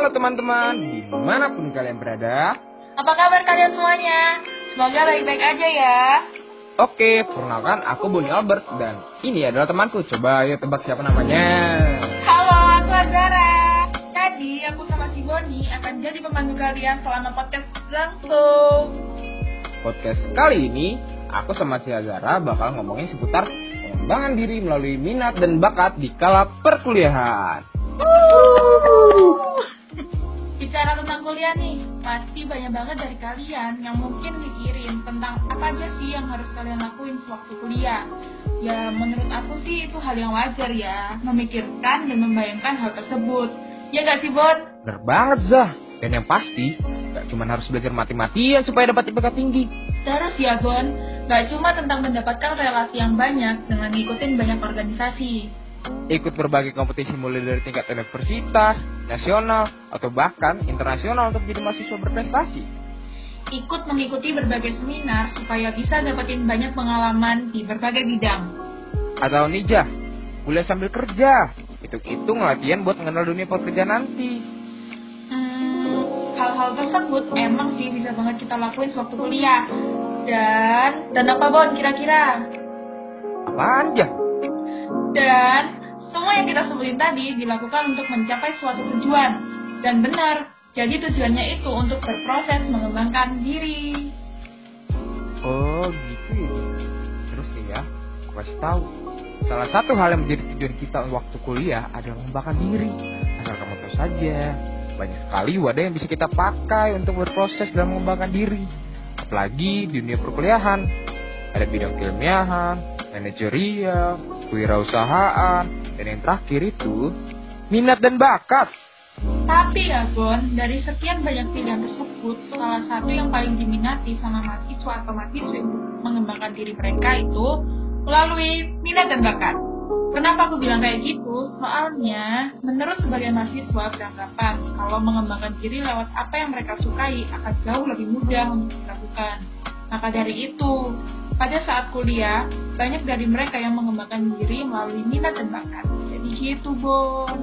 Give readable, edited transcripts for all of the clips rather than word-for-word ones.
Halo teman-teman, dimanapun kalian berada. Apa kabar kalian semuanya? Semoga baik-baik aja ya. Oke, perkenalkan aku Boni Albert dan ini adalah temanku. Coba ayo tebak siapa namanya. Halo, aku Azara. Tadi aku sama si Boni akan jadi pemandu kalian selama podcast langsung. Podcast kali ini, aku sama si Azara bakal ngomongin seputar pengembangan diri melalui minat dan bakat di kala perkuliahan. Bicara tentang kuliah nih, pasti banyak banget dari kalian yang mungkin mikirin tentang apa aja sih yang harus kalian lakuin sewaktu kuliah. Ya menurut aku sih itu hal yang wajar ya, memikirkan dan membayangkan hal tersebut. Ya gak sih Bon? Bener banget Zah, dan yang pasti gak cuma harus belajar mati-matian supaya dapat IPK tinggi. Terus ya Bon, gak cuma tentang mendapatkan relasi yang banyak dengan ngikutin banyak organisasi. Ikut berbagai kompetisi mulai dari tingkat universitas, nasional, atau bahkan internasional untuk jadi mahasiswa berprestasi. Ikut mengikuti berbagai seminar supaya bisa dapetin banyak pengalaman di berbagai bidang. Atau nijah, kuliah sambil kerja. Hitung-hitung latihan buat mengenal dunia pekerjaan nanti. Hal-hal tersebut emang sih bisa banget kita lakuin sewaktu kuliah. Dan apa Bon kira-kira? Apaan aja? Dan semua yang kita sebutin tadi dilakukan untuk mencapai suatu tujuan. Dan benar, jadi tujuannya itu untuk berproses mengembangkan diri. Oh gitu ya. Terus nih ya, aku kasih tahu. Salah satu hal yang menjadi tujuan kita waktu kuliah adalah mengembangkan diri. Asal kamu tahu saja, banyak sekali wadah yang bisa kita pakai untuk berproses dalam mengembangkan diri. Apalagi di dunia perkuliahan. Ada bidang keilmiahan, manajerial, kewirausahaan, dan yang terakhir itu minat dan bakat. Tapi ya Gon, dari sekian banyak pilihan tersebut, salah satu yang paling diminati sama mahasiswa atau mahasiswi untuk mengembangkan diri mereka itu melalui minat dan bakat. Kenapa aku bilang kayak gitu? Soalnya, menurut sebagian mahasiswa beranggapan kalau mengembangkan diri lewat apa yang mereka sukai akan jauh lebih mudah untuk dilakukan. Maka dari itu, pada saat kuliah, banyak dari mereka yang mengembangkan diri melalui minat dan bakat. Jadi gitu, Bon.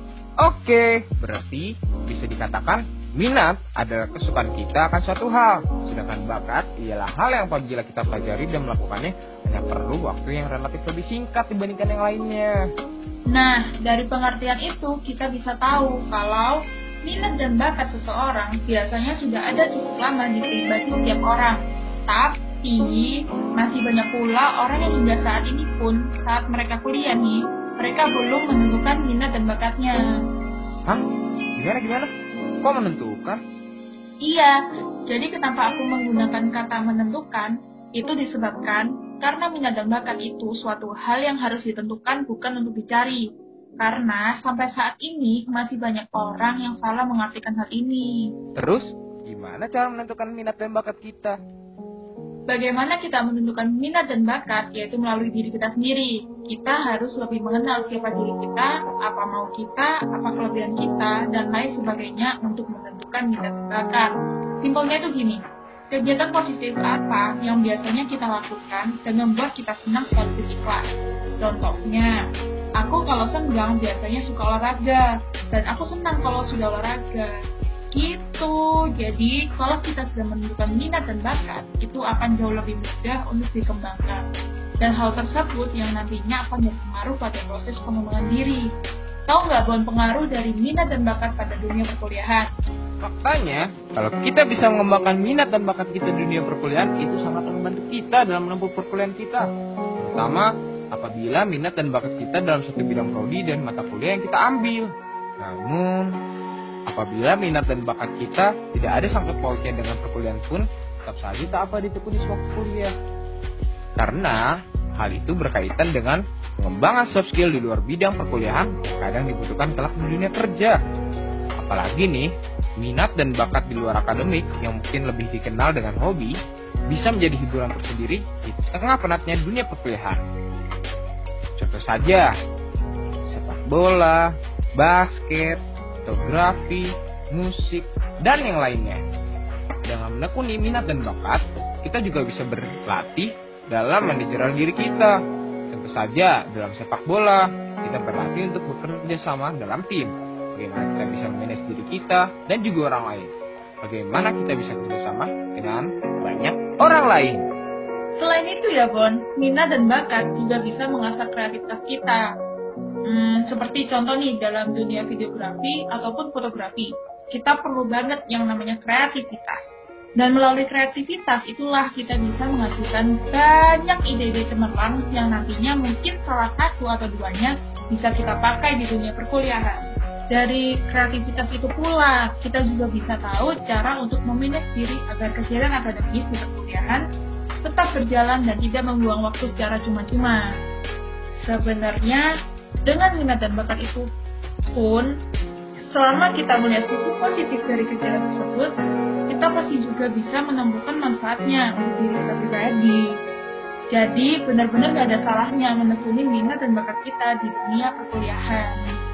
Oke, berarti bisa dikatakan minat adalah kesukaan kita akan suatu hal. Sedangkan bakat ialah hal yang apabila kita pelajari dan melakukannya hanya perlu waktu yang relatif lebih singkat dibandingkan yang lainnya. Nah, dari pengertian itu kita bisa tahu kalau minat dan bakat seseorang biasanya sudah ada cukup lama di pribadi setiap orang. Tapi masih banyak pula orang yang hingga saat ini pun saat mereka kuliah nih, mereka belum menentukan minat dan bakatnya. Hah? Gimana? Kok menentukan? Iya, jadi kenapa aku menggunakan kata menentukan, itu disebabkan karena minat dan bakat itu suatu hal yang harus ditentukan bukan untuk dicari. Karena sampai saat ini masih banyak orang yang salah mengartikan hal ini. Terus, gimana cara menentukan minat dan bakat kita? Bagaimana kita menentukan minat dan bakat, yaitu melalui diri kita sendiri. Kita harus lebih mengenal siapa diri kita, apa mau kita, apa kelebihan kita, dan lain sebagainya untuk menentukan minat dan bakat. Simpelnya itu gini, kegiatan positif apa yang biasanya kita lakukan dan membuat kita senang sekaligus ikhlas. Contohnya, aku kalau senggang biasanya suka olahraga, dan aku senang kalau sudah olahraga. Gitu, jadi kalau kita sudah menentukan minat dan bakat, itu akan jauh lebih mudah untuk dikembangkan. Dan hal tersebut yang nantinya akan berpengaruh pada proses pengembangan diri. Tahu nggak Bon pengaruh dari minat dan bakat pada dunia perkuliahan? Faktanya, kalau kita bisa mengembangkan minat dan bakat kita di dunia perkuliahan, itu sangat membantu kita dalam menempuh perkuliahan kita. Terutama apabila minat dan bakat kita dalam satu bidang prodi dan mata kuliah yang kita ambil. Namun, apabila minat dan bakat kita tidak ada sangkut pautnya dengan perkuliahan pun, tetap saja tak apa ditekuni sewaktu kuliah. Karena hal itu berkaitan dengan pengembangan soft skill di luar bidang perkuliahan yang kadang dibutuhkan kelak di dunia kerja. Apalagi nih, minat dan bakat di luar akademik yang mungkin lebih dikenal dengan hobi bisa menjadi hiburan tersendiri di tengah penatnya dunia perkuliahan. Contoh saja, sepak bola, basket, fotografi, musik, dan yang lainnya. Dengan menekuni minat dan bakat, kita juga bisa berlatih dalam manajerial diri kita. Tentu saja dalam sepak bola, kita berlatih untuk bekerja sama dalam tim. bagaimana kita bisa manage diri kita dan juga orang lain, bagaimana kita bisa kerjasama dengan banyak orang lain. Selain itu ya Bon, minat dan bakat juga bisa mengasah kreativitas kita. Seperti contoh nih dalam dunia videografi ataupun fotografi, kita perlu banget yang namanya kreativitas. Dan melalui kreativitas itulah kita bisa menghasilkan banyak ide-ide cemerlang yang nantinya mungkin salah satu atau duanya bisa kita pakai di dunia perkuliahan. Dari kreativitas itu pula, kita juga bisa tahu cara untuk memanage diri agar kegiatan akademis di perkuliahan tetap berjalan dan tidak membuang waktu secara cuma-cuma. Sebenarnya, dengan minat dan bakat itu pun, selama kita melihat sisi positif dari kegiatan tersebut, kita pasti juga bisa menemukan manfaatnya untuk diri kita pribadi. Jadi, benar-benar gak ada salahnya menekuni minat dan bakat kita di dunia perkuliahan.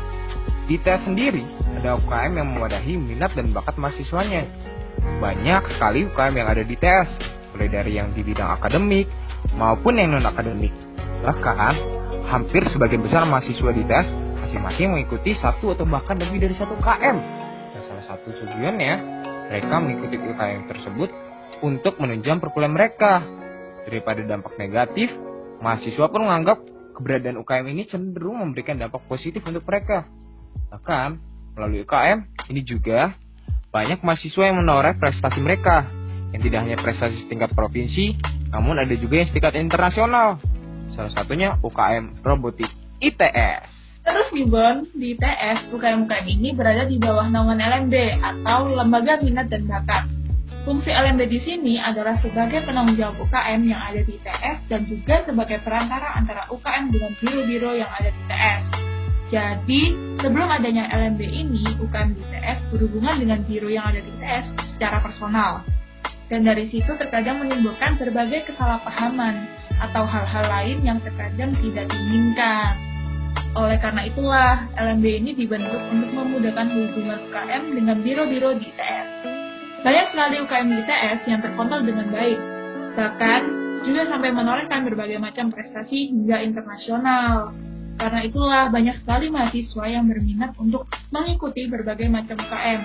Di TS sendiri, ada UKM yang mewadahi minat dan bakat mahasiswanya. Banyak sekali UKM yang ada di TS, mulai dari yang di bidang akademik maupun yang non-akademik. Bahkan, hampir sebagian besar mahasiswa di TS masing-masing mengikuti satu atau bahkan lebih dari satu UKM. Dan salah satu tujuannya, mereka mengikuti UKM tersebut untuk menunjang perkuliahan mereka. Daripada dampak negatif, mahasiswa pun menganggap keberadaan UKM ini cenderung memberikan dampak positif untuk mereka. Bahkan, melalui UKM, ini juga banyak mahasiswa yang menoreh prestasi mereka, yang tidak hanya prestasi setingkat provinsi, namun ada juga yang setingkat internasional. Salah satunya UKM Robotik ITS. Terus nih Bon, di ITS, UKM-UKM ini berada di bawah naungan LMB atau Lembaga Minat dan Bakat. Fungsi LMB di sini adalah sebagai penanggung jawab UKM yang ada di ITS dan juga sebagai perantara antara UKM dengan biro-biro yang ada di ITS. Jadi, sebelum adanya LMB ini, UKM di ITS berhubungan dengan biro yang ada di ITS secara personal. Dan dari situ terkadang menimbulkan berbagai kesalahpahaman atau hal-hal lain yang terkadang tidak diinginkan. Oleh karena itulah, LMB ini dibentuk untuk memudahkan hubungan UKM dengan biro-biro di ITS. Banyak sekali UKM di ITS yang terkontrol dengan baik, bahkan juga sampai menorehkan berbagai macam prestasi hingga internasional. Karena itulah banyak sekali mahasiswa yang berminat untuk mengikuti berbagai macam UKM.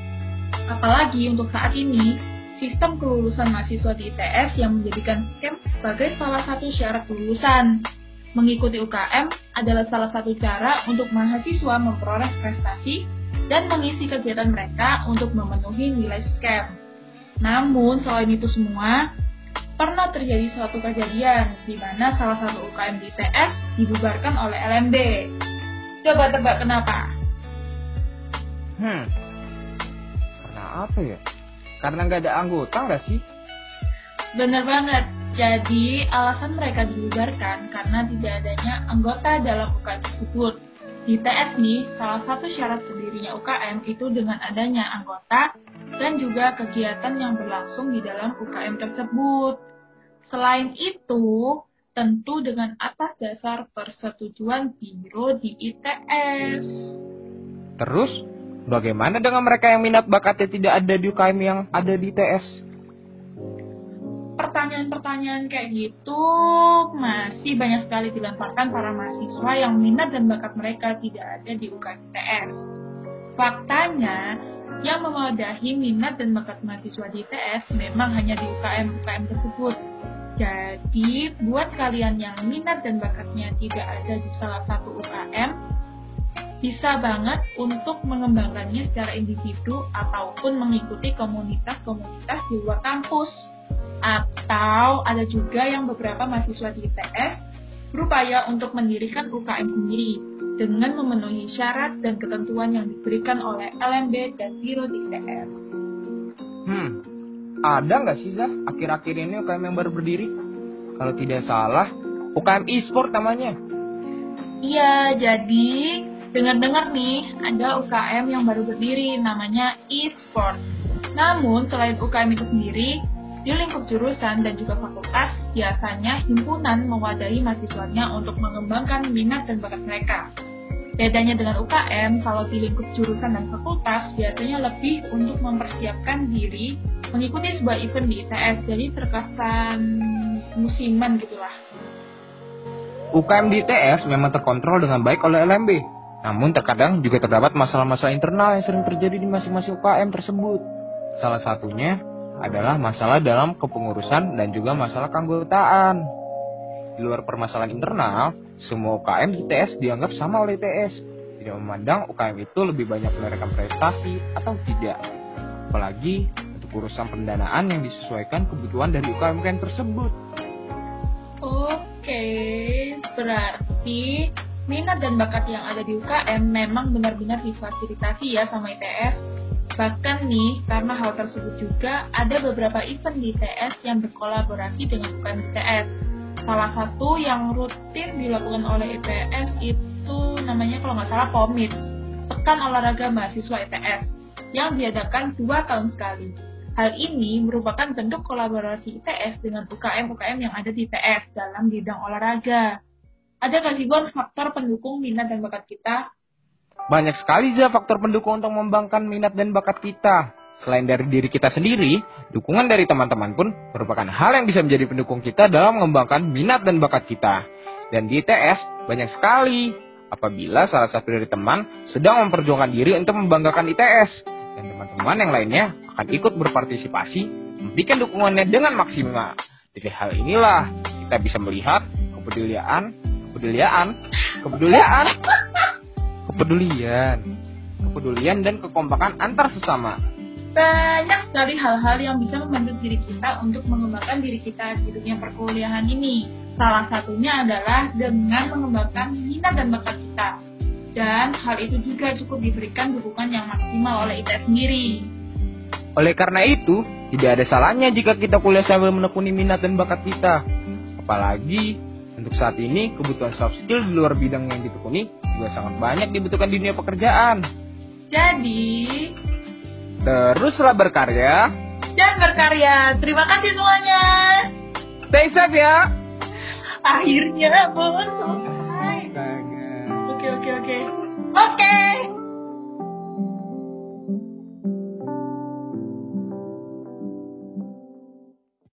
Apalagi untuk saat ini, sistem kelulusan mahasiswa di ITS yang menjadikan SKEM sebagai salah satu syarat kelulusan. Mengikuti UKM adalah salah satu cara untuk mahasiswa memperoleh prestasi dan mengisi kegiatan mereka untuk memenuhi nilai SKEM. Namun, selain itu semua, pernah terjadi suatu kejadian di mana salah satu UKM di ITS dibubarkan oleh LMB. Coba tebak kenapa? Karena apa ya? Karena nggak ada anggota nggak sih? Bener banget. Jadi, alasan mereka dibubarkan karena tidak adanya anggota dalam UKM tersebut. Di ITS nih, salah satu syarat berdirinya UKM itu dengan adanya anggota dan juga kegiatan yang berlangsung di dalam UKM tersebut. Selain itu, tentu dengan atas dasar persetujuan biro di ITS. Terus, bagaimana dengan mereka yang minat bakatnya tidak ada di UKM yang ada di ITS? Pertanyaan-pertanyaan kayak gitu masih banyak sekali dilemparkan para mahasiswa yang minat dan bakat mereka tidak ada di UKM ITS. Faktanya, yang memadahi minat dan bakat mahasiswa di ITS memang hanya di UKM-UKM tersebut. Jadi, buat kalian yang minat dan bakatnya tidak ada di salah satu UKM, bisa banget untuk mengembangkannya secara individu ataupun mengikuti komunitas-komunitas di luar kampus. Atau ada juga yang beberapa mahasiswa di ITS berupaya untuk mendirikan UKM sendiri dengan memenuhi syarat dan ketentuan yang diberikan oleh LMB dan biro di ITS. Ada nggak sih Zah akhir-akhir ini UKM yang baru berdiri? Kalau tidak salah, UKM e-sport namanya. Iya, jadi dengar-dengar nih ada UKM yang baru berdiri namanya e-sport. Namun selain UKM itu sendiri, di lingkup jurusan dan juga fakultas, biasanya himpunan mewadahi mahasiswanya untuk mengembangkan minat dan bakat mereka. Bedanya dengan UKM, kalau di lingkup jurusan dan fakultas, biasanya lebih untuk mempersiapkan diri mengikuti sebuah event di ITS, jadi terkesan musiman gitulah. UKM di ITS memang terkontrol dengan baik oleh LMB. Namun terkadang juga terdapat masalah-masalah internal yang sering terjadi di masing-masing UKM tersebut. Salah satunya adalah masalah dalam kepengurusan dan juga masalah keanggotaan. Di luar permasalahan internal, semua UKM di ITS dianggap sama oleh ITS. Tidak memandang UKM itu lebih banyak menorehkan prestasi atau tidak. Apalagi untuk urusan pendanaan yang disesuaikan kebutuhan dari UKM tersebut. Oke, berarti minat dan bakat yang ada di UKM memang benar-benar difasilitasi ya sama ITS. Bahkan nih, karena hal tersebut juga ada beberapa event di ITS yang berkolaborasi dengan UKM ITS. Salah satu yang rutin dilakukan oleh ITS itu namanya kalau nggak salah POMIS, Pekan Olahraga Mahasiswa ITS, yang diadakan 2 tahun sekali. Hal ini merupakan bentuk kolaborasi ITS dengan UKM-UKM yang ada di ITS dalam bidang olahraga. Ada nggak sih, Bon, faktor pendukung minat dan bakat kita? Banyak sekali ya faktor pendukung untuk mengembangkan minat dan bakat kita. Selain dari diri kita sendiri, dukungan dari teman-teman pun merupakan hal yang bisa menjadi pendukung kita dalam mengembangkan minat dan bakat kita. Dan di ITS banyak sekali apabila salah satu dari teman sedang memperjuangkan diri untuk membanggakan ITS. Dan teman-teman yang lainnya akan ikut berpartisipasi, memberikan dukungannya dengan maksimal. Dari hal inilah kita bisa melihat kepedulian dan kekompakan antar sesama. Banyak sekali hal-hal yang bisa membantu diri kita untuk mengembangkan diri kita di dunia perkuliahan ini. Salah satunya adalah dengan mengembangkan minat dan bakat kita. Dan hal itu juga cukup diberikan dukungan yang maksimal oleh ITS sendiri. Oleh karena itu, tidak ada salahnya jika kita kuliah sambil menekuni minat dan bakat kita. Apalagi untuk saat ini, kebutuhan soft skill di luar bidang yang ditekuni juga sangat banyak dibutuhkan di dunia pekerjaan. Jadi, teruslah berkarya dan berkarya. Terima kasih semuanya. Stay safe ya. Akhirnya, Bon, selesai. Oke.